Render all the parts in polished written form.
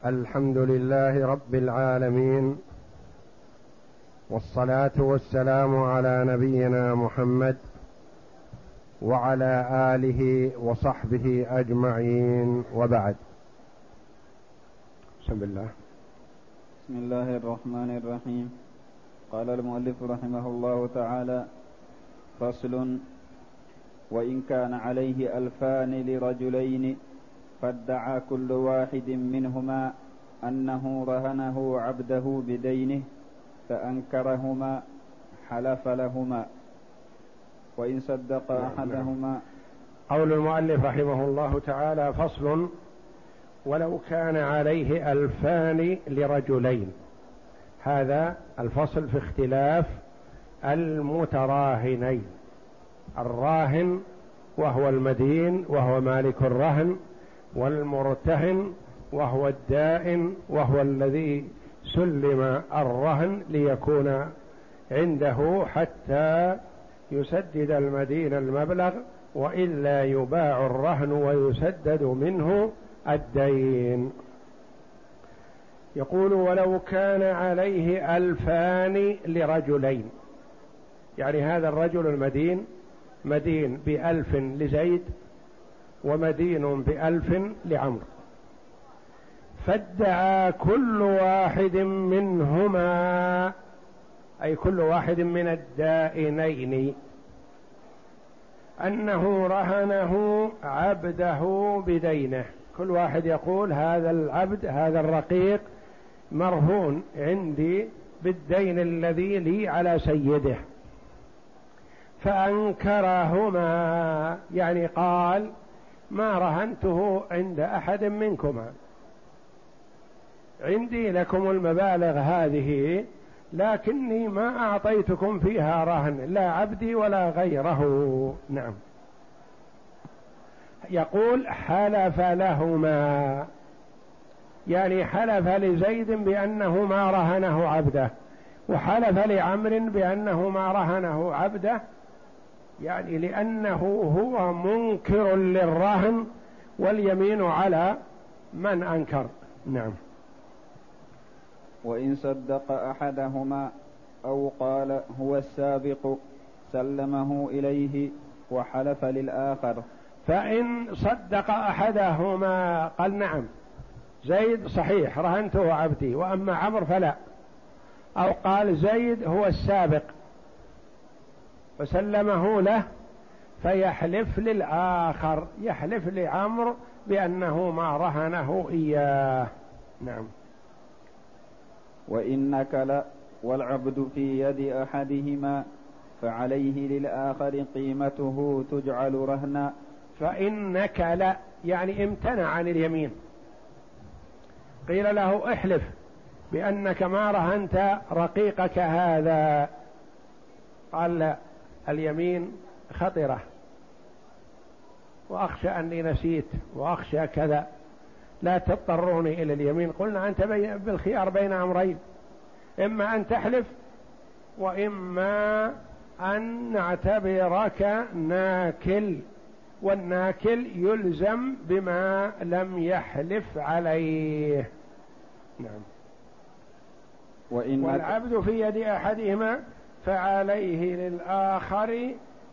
الحمد لله رب العالمين، والصلاة والسلام على نبينا محمد وعلى آله وصحبه أجمعين، وبعد. بسم الله الرحمن الرحيم. قال المؤلف رحمه الله تعالى: فصل: وإن كان عليه 2000 لرجلين فادعى كل واحد منهما أنه رهنه عبده بدينه فأنكرهما حلف لهما، وإن صدق أحدهما. قول المؤلف رحمه الله تعالى: فصل: ولو كان عليه 2000 لرجلين. هذا الفصل في اختلاف المتراهنين، الراهن وهو المدين وهو مالك الرهن، والمرتهن وهو الدائن وهو الذي سلم الرهن ليكون عنده حتى يسدد المدين المبلغ، وإلا يباع الرهن ويسدد منه الدين. يقول: ولو كان عليه 2000 لرجلين، يعني هذا الرجل المدين مدين ب1000 لزيد ومدين ب1000 لعمرو، فادعى كل واحد منهما، أي كل واحد من الدائنين، أنه رهنه عبده بدينه. كل واحد يقول: هذا العبد، هذا الرقيق مرهون عندي بالدين الذي لي على سيده. فأنكرهما، يعني قال: ما رهنته عند أحد منكما، عندي لكم المبالغ هذه، لكني ما أعطيتكم فيها رهن، لا عبدي ولا غيره. نعم. يقول: حلف لهما، يعني حلف لزيد بأنه ما رهنه عبده، وحلف لعمر بأنه ما رهنه عبده، يعني لأنه هو منكر للرهن، واليمين على من أنكر. نعم. وإن صدق أحدهما أو قال هو السابق سلمه إليه وحلف للآخر. فإن صدق أحدهما، قال: نعم زيد صحيح رهنته عبدي، وأما عمرو فلا، أو قال زيد هو السابق وسلمه له، فيحلف للآخر، يحلف لعمرو بأنه ما رهنه إياه. نعم. وإن نكل والعبد في يد أحدهما فعليه للآخر قيمته تجعل رهنا. فإن نكل يعني امتنع عن اليمين، قيل له: احلف بأنك ما رهنت رقيقك هذا، قال: لا، اليمين خطرة، وأخشى أني نسيت، وأخشى كذا، لا تضطروني إلى اليمين. قلنا: أنت بالخيار بين أمرين، إما أن تحلف، وإما أن نعتبرك ناكل، والناكل يلزم بما لم يحلف عليه. نعم. والعبد في يد أحدهما فعليه للآخر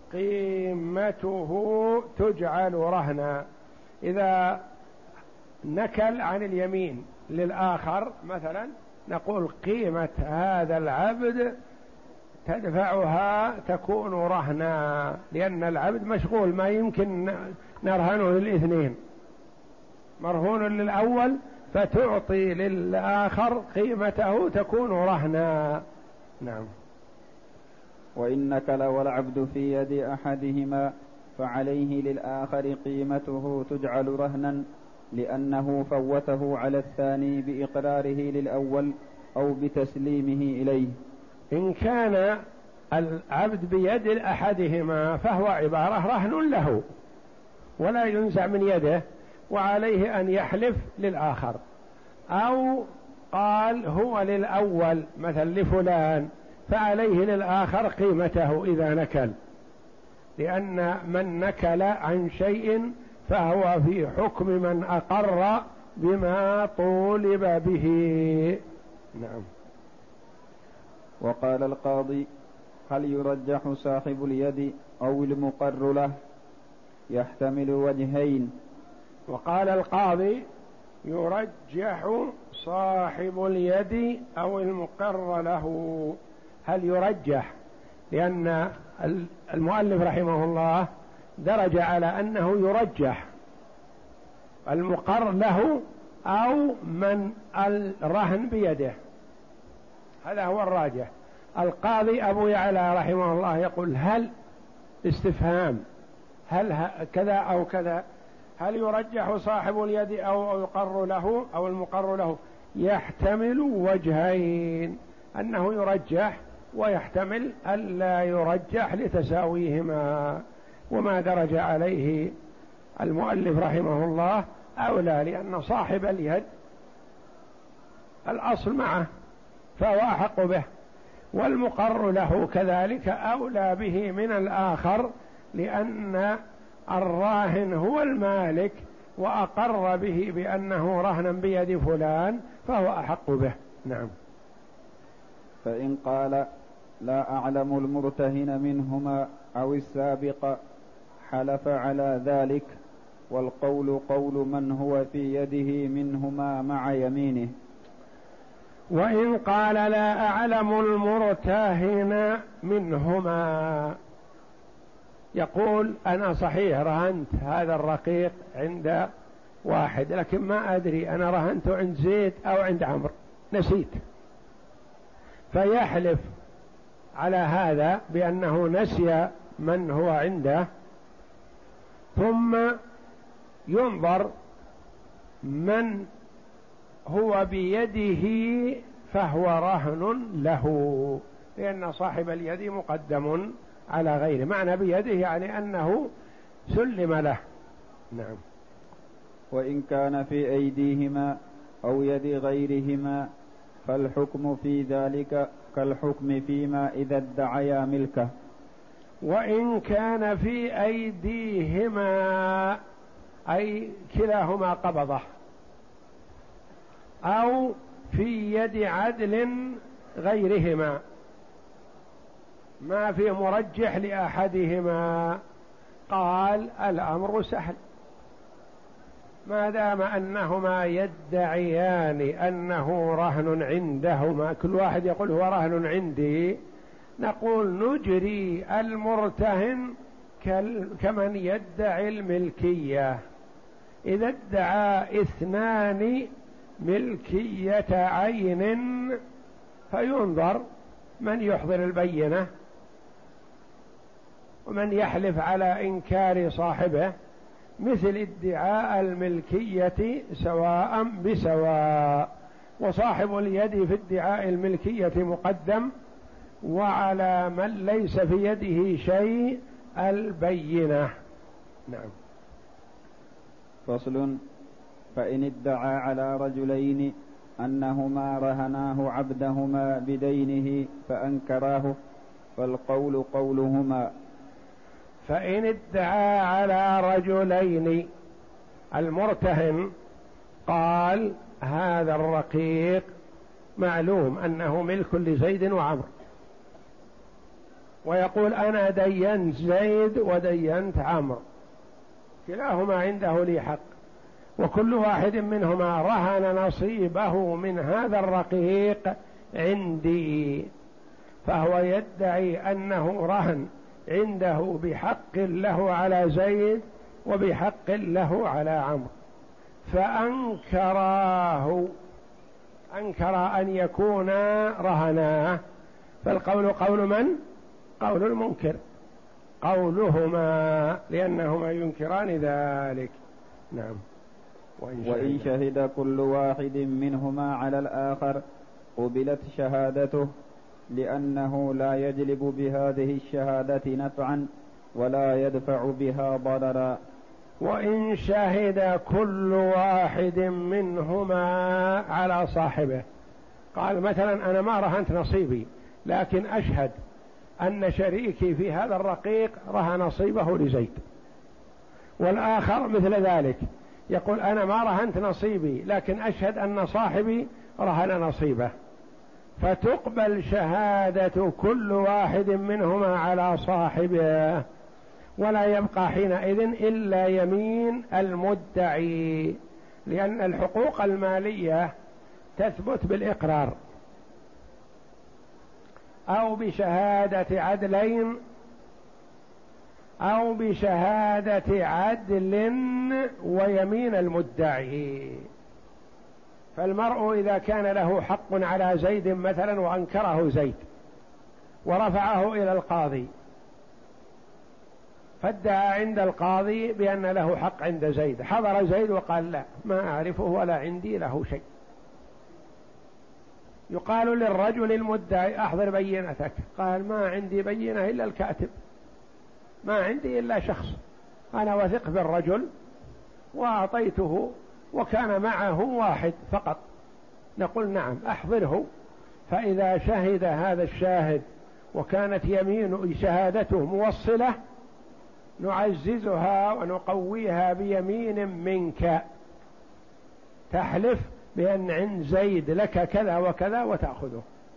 قيمته تجعل رهنا. إذا نكل عن اليمين للآخر مثلا، نقول: قيمة هذا العبد تدفعها تكون رهنا، لأن العبد مشغول، ما يمكن نرهنه للاثنين، مرهون للأول، فتعطي للآخر قيمته تكون رهنا. نعم. وإن نكل والعبد في يد أحدهما فعليه للآخر قيمته تجعل رهنا، لأنه فوته على الثاني بإقراره للأول أو بتسليمه إليه. إن كان العبد بيد أحدهما فهو عبارة رهن له ولا ينزع من يده، وعليه أن يحلف للآخر، أو قال هو للأول مثل لفلان، فعليه للآخر قيمته إذا نكل، لأن من نكل عن شيء فهو في حكم من أقر بما طولب به. نعم. وقال القاضي: هل يرجح صاحب اليد أو المقر له؟ يحتمل وجهين. وقال القاضي: يرجح صاحب اليد أو المقر له. هل يرجح؟ لأن المؤلف رحمه الله درج على أنه يرجح المقر له أو من الرهن بيده، هذا هو الراجح. القاضي أبو يعلى رحمه الله يقول: هل استفهام، هل كذا أو كذا، هل يرجح صاحب اليد أو يقر له أو المقر له؟ يحتمل وجهين، أنه يرجح ويحتمل ألا يرجح لتساويهما. وما درج عليه المؤلف رحمه الله أولى، لأن صاحب اليد الأصل معه فهو أحق به، والمقر له كذلك أولى به من الآخر، لأن الراهن هو المالك وأقر به بأنه رهنا بيد فلان فهو أحق به. نعم. فإن قال: لا أعلم المرتهن منهما أو السابق، حلف على ذلك، والقول قول من هو في يده منهما مع يمينه. وإن قال: لا أعلم المرتهن منهما، يقول: أنا صحيح رهنت هذا الرقيق عند واحد، لكن ما أدري أنا رهنته عند زيد أو عند عمرو، نسيت، فيحلف على هذا بأنه نسي من هو عنده، ثم ينظر من هو بيده فهو رهن له، لأن صاحب اليد مقدم على غيره. معنى بيده يعني أنه سلم له. نعم. وإن كان في أيديهما أو يد غيرهما فالحكم في ذلك كالحكم فيما إذا ادعيا ملكه. وإن كان في أيديهما أي كلاهما قبضه، أو في يد عدل غيرهما، ما في مرجح لأحدهما، قال: الأمر سهل، ما دام أنهما يدعيان أنه رهن عندهما، كل واحد يقول هو رهن عندي، نقول نجري المرتهن كمن يدعي الملكية. إذا ادعى اثنان ملكية عين فينظر من يحضر البينة ومن يحلف على إنكار صاحبه، مثل ادعاء الملكية سواء بسواء، وصاحب اليد في ادعاء الملكية مقدم، وعلى من ليس في يده شيء البينة. نعم. فصل: فإن ادعى على رجلين أنهما رهناه عبدهما بدينه فأنكراه فالقول قولهما. فإن ادعى على رجلين، المرتهن قال: هذا الرقيق معلوم أنه ملك لزيد وعمرو، ويقول: أنا دينت زيد ودينت عمرو، كلاهما عنده لي حق، وكل واحد منهما رهن نصيبه من هذا الرقيق عندي، فهو يدعي أنه رهن عنده بحق له على زيد وبحق له على عمرو، فأنكراه، أنكر أن يكونا رهناه، فالقول قول من؟ قول المنكر، قولهما، لأنهما ينكران ذلك. نعم. وإن شهد كل واحد منهما على الآخر قبلت شهادته، لأنه لا يجلب بهذه الشهادة نفعا ولا يدفع بها ضررا. وإن شهد كل واحد منهما على صاحبه، قال مثلا: أنا ما رهنت نصيبي، لكن أشهد أن شريكي في هذا الرقيق رهن نصيبه لزيد، والآخر مثل ذلك يقول أنا ما رهنت نصيبي لكن أشهد أن صاحبي رهن نصيبه، فتقبل شهادة كل واحد منهما على صاحبه، ولا يبقى حينئذ إلا يمين المدعي، لأن الحقوق المالية تثبت بالإقرار أو بشهادة عدلين أو بشهادة عدل ويمين المدعي. فالمرء إذا كان له حق على زيد مثلا وأنكره زيد ورفعه إلى القاضي، فادعى عند القاضي بأن له حق عند زيد، حضر زيد وقال لا ما أعرفه ولا عندي له شيء، يقال للرجل المدعي أحضر بينتك، قال ما عندي بينة إلا الكاتب، ما عندي إلا شخص أنا وثق بالرجل وأعطيته وكان معه واحد فقط، نقول نعم أحضره. فإذا شهد هذا الشاهد وكانت يمين شهادته موصلة نعززها ونقويها بيمين منك تحلف بأن عند زيد لك كذا وكذا وتأخذه.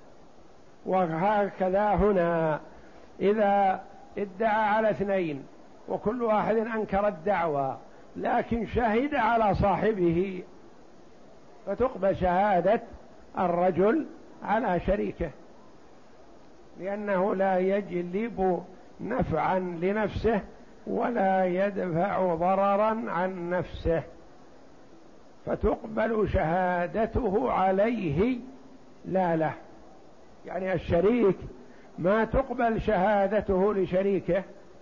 وهكذا هنا إذا ادعى على اثنين وكل واحد أنكر الدعوى لكن شهد على صاحبه، فتقبل شهادة الرجل على شريكه، لأنه لا يجلب نفعا لنفسه ولا يدفع ضررا عن نفسه، فتقبل شهادته عليه لا له. يعني الشريك ما تقبل شهادته لشريكه،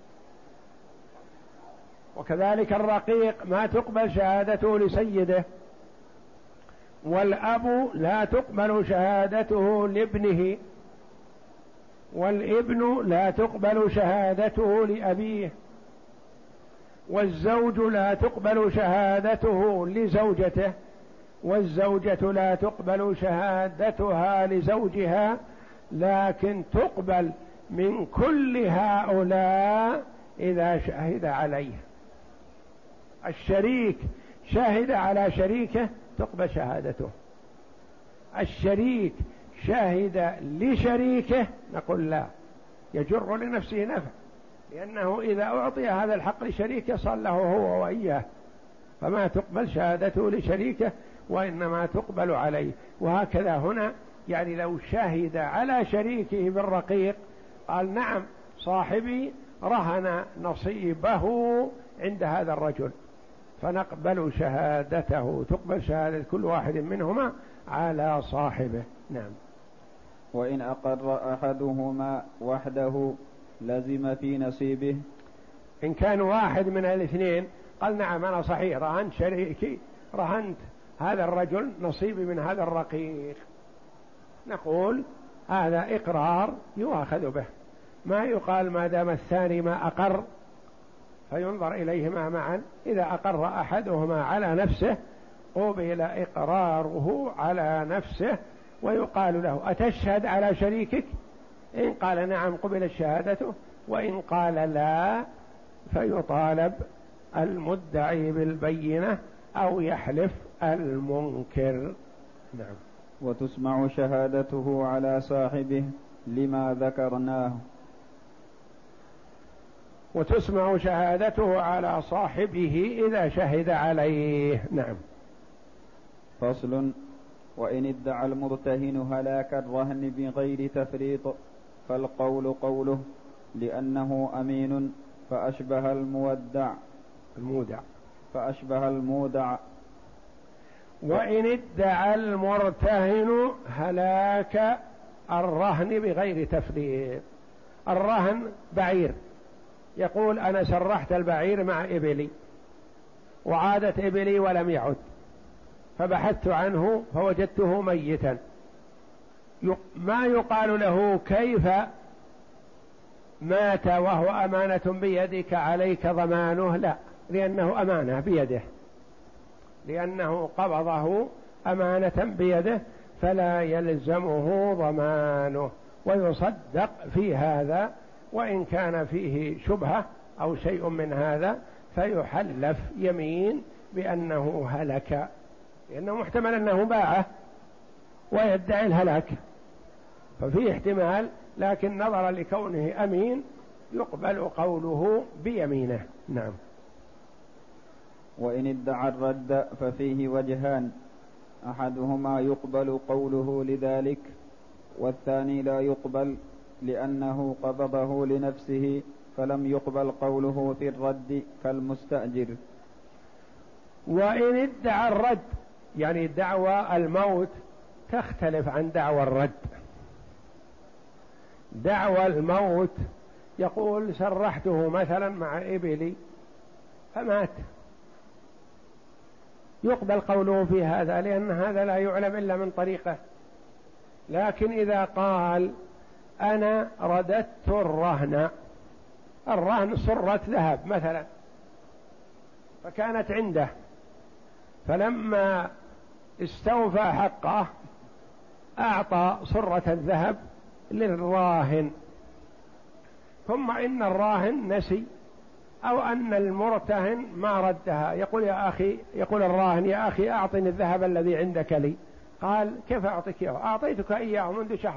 وكذلك الرقيق ما تقبل شهادته لسيده، والأب لا تقبل شهادته لابنه، والابن لا تقبل شهادته لأبيه، والزوج لا تقبل شهادته لزوجته، والزوجة لا تقبل شهادتها لزوجها، لكن تقبل من كل هؤلاء إذا شهد عليه. الشريك شهد على شريكه تقبل شهادته، الشريك شهد لشريكه نقول لا، يجر لنفسه نفع، لأنه إذا أعطي هذا الحق لشريكه صار له هو وإياه، فما تقبل شهادته لشريكه وإنما تقبل عليه. وهكذا هنا يعني لو شهد على شريكه بالرقيق قال نعم صاحبي رهن نصيبه عند هذا الرجل، فنقبل شهادته، تقبل شهادة كل واحد منهما على صاحبه. نعم. وإن أقر أحدهما وحده لزم في نصيبه. إن كان واحد من الاثنين قال نعم أنا صحيح رهنت شريكي، رهنت هذا الرجل نصيبي من هذا الرقيق، نقول هذا إقرار يؤاخذ به، ما يقال ما دام الثاني ما أقر فينظر إليهما معا. إذا أقر أحدهما على نفسه قبل إقراره على نفسه ويقال له أتشهد على شريكك؟ إن قال نعم قبل شهادته، وإن قال لا فيطالب المدعي بالبينة أو يحلف المنكر. نعم. وتسمع شهادته على صاحبه لما ذكرناه. وتسمع شهادته على صاحبه إذا شهد عليه. نعم. فصل. وإن ادعى المرتهن هلاك الرهن بغير تفريط فالقول قوله لأنه أمين فأشبه المودع. وإن ادعى المرتهن هلاك الرهن بغير تفريط. الرهن بعير، يقول أنا سرحت البعير مع إبلي وعادت إبلي ولم يعد، فبحثت عنه فوجدته ميتا، ما يقال له كيف مات وهو أمانة بيدك عليك ضمانه، لا، لأنه أمانة بيده، لأنه قبضه أمانة بيده فلا يلزمه ضمانه، ويصدق في هذا، وإن كان فيه شبهة أو شيء من هذا فيحلف يمين بأنه هلك، لأنه محتمل أنه باعه ويدعي الهلاك، ففيه احتمال، لكن نظرا لكونه أمين يقبل قوله بيمينه. نعم. وإن ادعى الرد ففيه وجهان، أحدهما يقبل قوله لذلك، والثاني لا يقبل لأنه قبضه لنفسه فلم يقبل قوله في الرد كالمستأجر. وإن ادعى الرد، يعني دعوى الموت تختلف عن دعوى الرد. دعوى الموت يقول سرحته مثلا مع إبلي فمات، يقبل قوله في هذا لأن هذا لا يعلم إلا من طريقه. لكن إذا قال أنا رددت الرهن صرة ذهب مثلا فكانت عنده، فلما استوفى حقه أعطى صرة الذهب للراهن، ثم إن الراهن نسي أو أن المرتهن ما ردها، يقول الراهن يا أخي أعطني الذهب الذي عندك لي، قال كيف أعطيك إياه؟ أعطيتك إياه منذ شهر.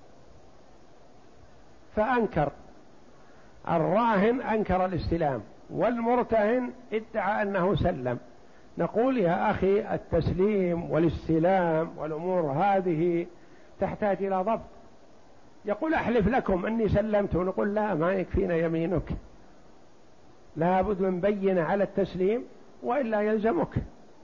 فأنكر الراهن، أنكر الاستلام، والمرتهن ادعى أنه سلم. نقول يا أخي التسليم والاستلام والأمور هذه تحتاج إلى ضبط. يقول أحلف لكم أني سلمت، ونقول لا، ما يكفينا يمينك، لا بد من بينة على التسليم وإلا يلزمك.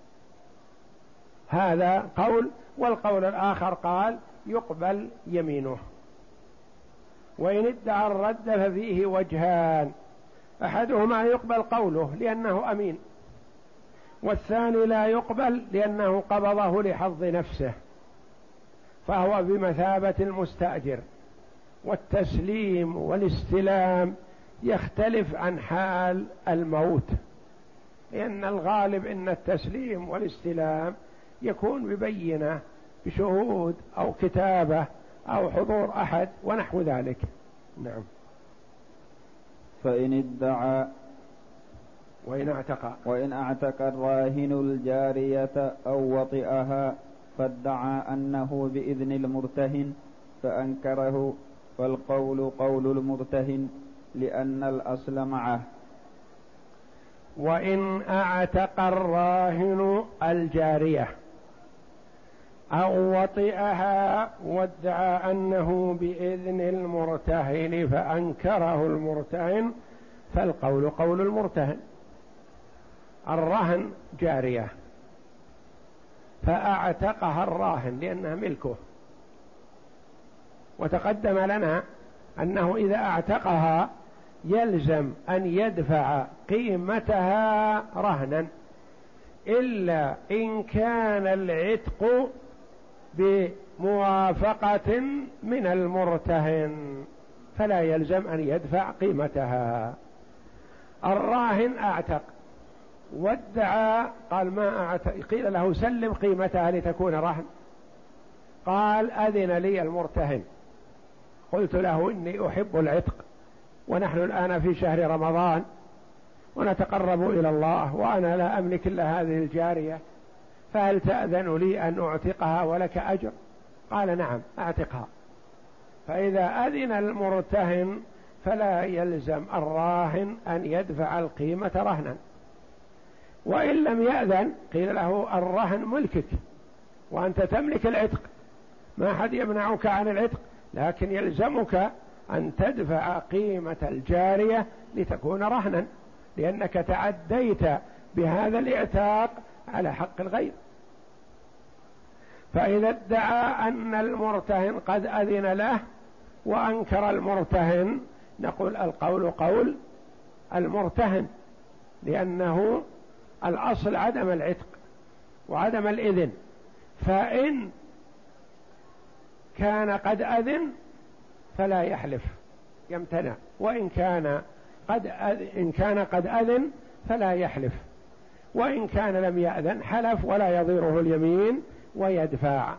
هذا قول، والقول الآخر قال يقبل يمينه. وإن ادعى الرد ففيه وجهان، أحدهما يقبل قوله لأنه أمين، والثاني لا يقبل لأنه قبضه لحظ نفسه، فهو بمثابة المستأجر. والتسليم والاستلام يختلف عن حال الموت، لأن الغالب أن التسليم والاستلام يكون ببينة بشهود أو كتابة أو حضور أحد ونحو ذلك. نعم. فإن ادعى وإن اعتق الراهن الجارية أو وطئها فادعى أنه بإذن المرتهن فأنكره، فالقول قول المرتهن لأن الأصل معه. وإن اعتق الراهن الجارية أو وطئها وادعى أنه بإذن المرتهن فأنكره المرتهن، فالقول قول المرتهن. الرهن جارية فأعتقها الراهن لأنها ملكه، وتقدم لنا أنه إذا أعتقها يلزم أن يدفع قيمتها رهنا، إلا إن كان العتق بموافقة من المرتهن فلا يلزم أن يدفع قيمتها. الراهن أعتق وادعى، قال ما أعتق، قيل له سلم قيمتها لتكون رهن، قال أذن لي المرتهن، قلت له إني أحب العتق ونحن الآن في شهر رمضان ونتقرب إلى الله وأنا لا أملك إلا هذه الجارية، فهل تأذن لي أن أعتقها ولك أجر؟ قال نعم أعتقها. فإذا أذن المرتهن فلا يلزم الراهن أن يدفع القيمة رهنا، وإن لم يأذن قيل له الرهن ملكك وأنت تملك العتق، ما أحد يمنعك عن العتق، لكن يلزمك أن تدفع قيمة الجارية لتكون رهنا، لأنك تعديت بهذا الاعتاق على حق الغير. فإذا ادعى أن المرتهن قد أذن له وأنكر المرتهن، نقول القول قول المرتهن، لأنه الأصل عدم العتق وعدم الإذن، فإن كان قد أذن فلا يحلف يمتنع، وإن كان قد أذن فلا يحلف، وإن كان لم يأذن حلف ولا يضيره اليمين ويدفع.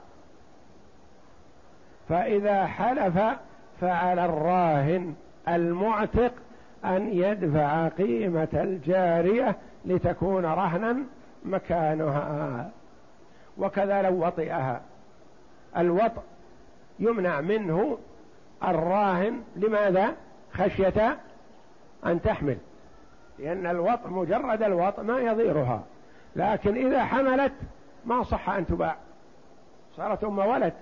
فإذا حلف فعلى الراهن المعتق أن يدفع قيمة الجارية لتكون رهنا، مكانها. وكذا لو وطئها، الوطء يمنع منه الراهن، لماذا؟ خشية أن تحمل، لأن الوطء مجرد الوطء ما يضيرها، لكن إذا حملت ما صح أن تباع، صارت أم ولد.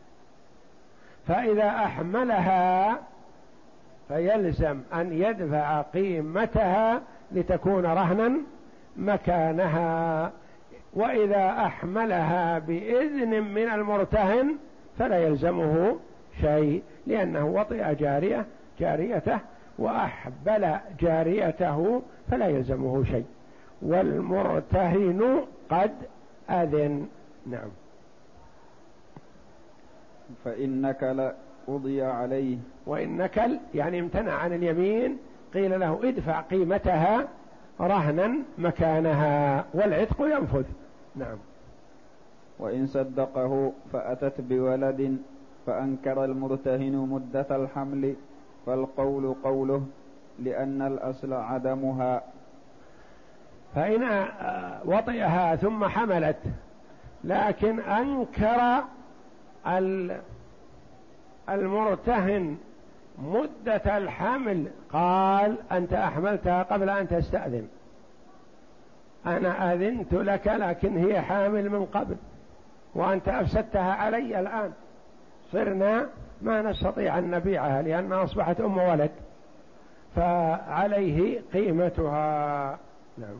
فإذا أحملها فيلزم أن يدفع قيمتها لتكون رهنا مكانها، وإذا أحملها بإذن من المرتهن فلا يلزمه شيء، لأنه وطئ جاريته وأحبل جاريته فلا يلزمه شيء، والمرتهن قد أذن. نعم. فإن نكل قضي عليه. وإن نكل يعني امتنع عن اليمين، قيل له ادفع قيمتها رهنا مكانها، والعتق ينفذ. نعم. وإن صدقه فأتت بولد فأنكر المرتهن مدة الحمل فالقول قوله، لأن الأصل عدمها. فإن وطئها ثم حملت لكن أنكر المرتهن مدة الحمل، قال أنت أحملتها قبل أن تستأذن، أنا أذنت لك لكن هي حامل من قبل وأنت أفسدتها علي الآن، صرنا ما نستطيع أن نبيعها لأنها أصبحت أم ولد، فعليه قيمتها. نعم.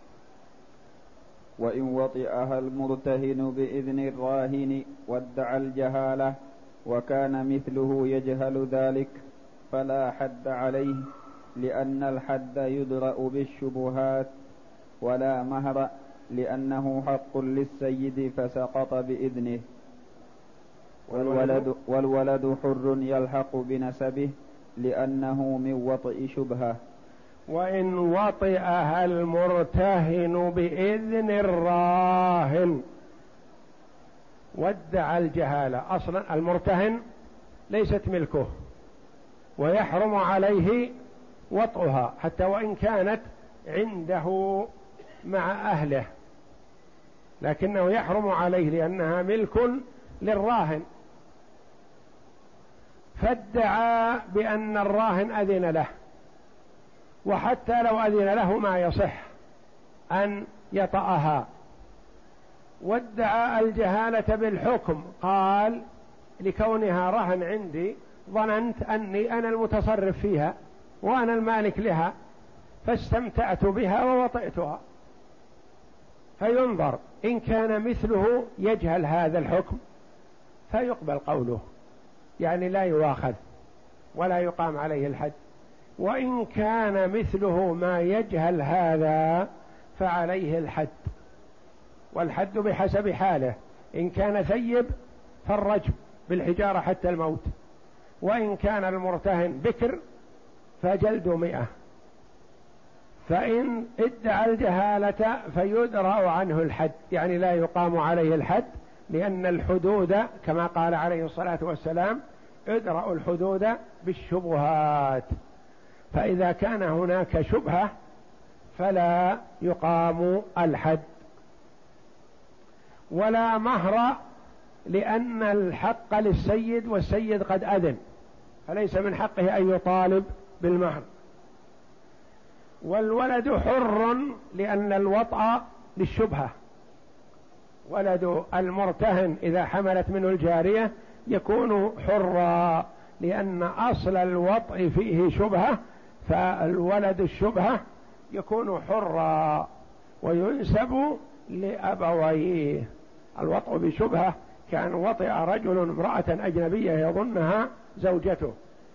وإن وطئها المرتهن بإذن الراهن وادعى الجهالة وكان مثله يجهل ذلك فلا حد عليه، لأن الحد يدرأ بالشبهات، ولا مهر لأنه حق للسيد فسقط بإذنه. والولد حر يلحق بنسبه لأنه من وطئ شبهة. وإن وطئها المرتهن بإذن الراهن وادعى الجهالة، أصلا المرتهن ليست ملكه ويحرم عليه وطئها حتى وإن كانت عنده مع أهله، لكنه يحرم عليه لأنها ملك للراهن، فادعى بأن الراهن أذن له، وحتى لو أذن له ما يصح أن يطأها، وادعى الجهالة بالحكم، قال لكونها رهن عندي ظننت أني أنا المتصرف فيها وأنا المالك لها فاستمتعت بها ووطئتها، فينظر إن كان مثله يجهل هذا الحكم فيقبل قوله، يعني لا يؤاخذ ولا يقام عليه الحد، وإن كان مثله ما يجهل هذا فعليه الحد، والحد بحسب حاله، إن كان ثيب فالرجم بالحجارة حتى الموت، وإن كان المرتهن بكر فجلد 100، فإن ادعى الجهالة فيدرأ عنه الحد، يعني لا يقام عليه الحد، لأن الحدود كما قال عليه الصلاة والسلام ادرأوا الحدود بالشبهات، فإذا كان هناك شبهة فلا يقام الحد. ولا مهر لأن الحق للسيد والسيد قد أذن، فليس من حقه أن يطالب بالمهر. والولد حر لأن الوطأ للشبهة، ولد المرتهن إذا حملت منه الجارية يكون حرا، لأن أصل الوطء فيه شبهة، فالولد الشبهة يكون حرا وينسب لأبويه. الوطء بشبهة كان وطئ رجل امرأة أجنبية يظنها زوجته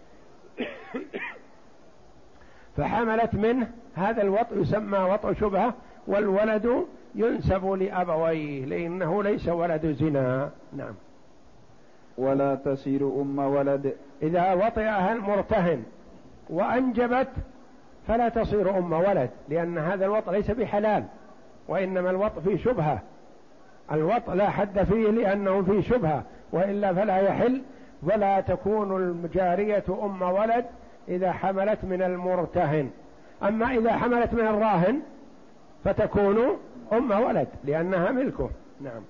فحملت منه، هذا الوطء يسمى وطء شبهة، والولد ينسب لأبويه لأنه ليس ولد زنا. نعم. ولا تصير أم ولد إذا وطئها المرتهن وأنجبت فلا تصير أم ولد، لأن هذا الوطء ليس بحلال، وإنما الوطء فيه شبهة، الوطء لا حد فيه لأنه فيه شبهة، وإلا فلا يحل، ولا تكون الجارية أم ولد إذا حملت من المرتهن. أما إذا حملت من الراهن فتكون أم ولد لأنها ملكه. نعم.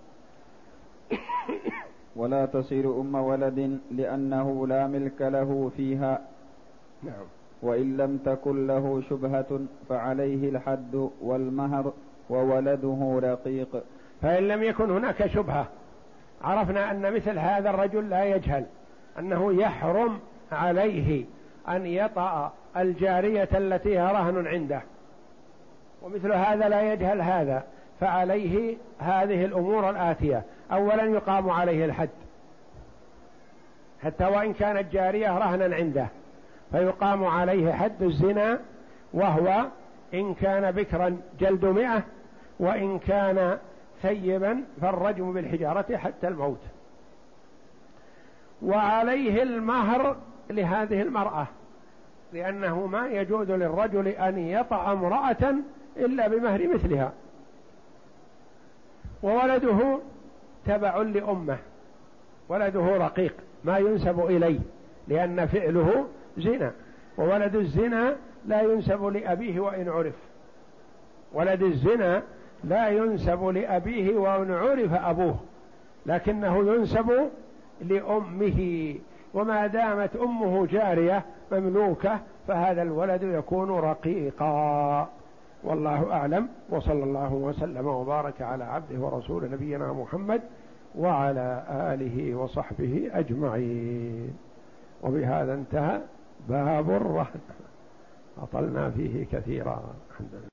ولا تصير أم ولد لأنه لا ملك له فيها. نعم. وإن لم تكن له شبهة فعليه الحد والمهر وولده رقيق. فإن لم يكن هناك شبهة، عرفنا أن مثل هذا الرجل لا يجهل أنه يحرم عليه أن يطأ الجارية التي هي رهن عنده، ومثل هذا لا يجهل هذا، فعليه هذه الأمور الآتية: أولا يقام عليه الحد حتى وإن كانت جارية رهنا عنده، فيقام عليه حد الزنا، وهو إن كان بكرا جلد 100، وإن كان ثيبا فالرجم بالحجارة حتى الموت. وعليه المهر لهذه المرأة، لأنه ما يجوز للرجل أن يطأ امرأة إلا بمهر مثلها. وولده تبع لأمه، ولده رقيق ما ينسب إليه لأن فعله زنا، وولد الزنا لا ينسب لأبيه وإن عرف، ولد الزنا لا ينسب لأبيه وإن عرف أبوه، لكنه ينسب لأمه، وما دامت أمه جارية مملوكة فهذا الولد يكون رقيقا. والله أعلم، وصلى الله وسلم وبارك على عبده ورسول نبينا محمد وعلى آله وصحبه أجمعين. وبهذا انتهى باب الرهن، أطلنا فيه كثيرا. الحمد لله.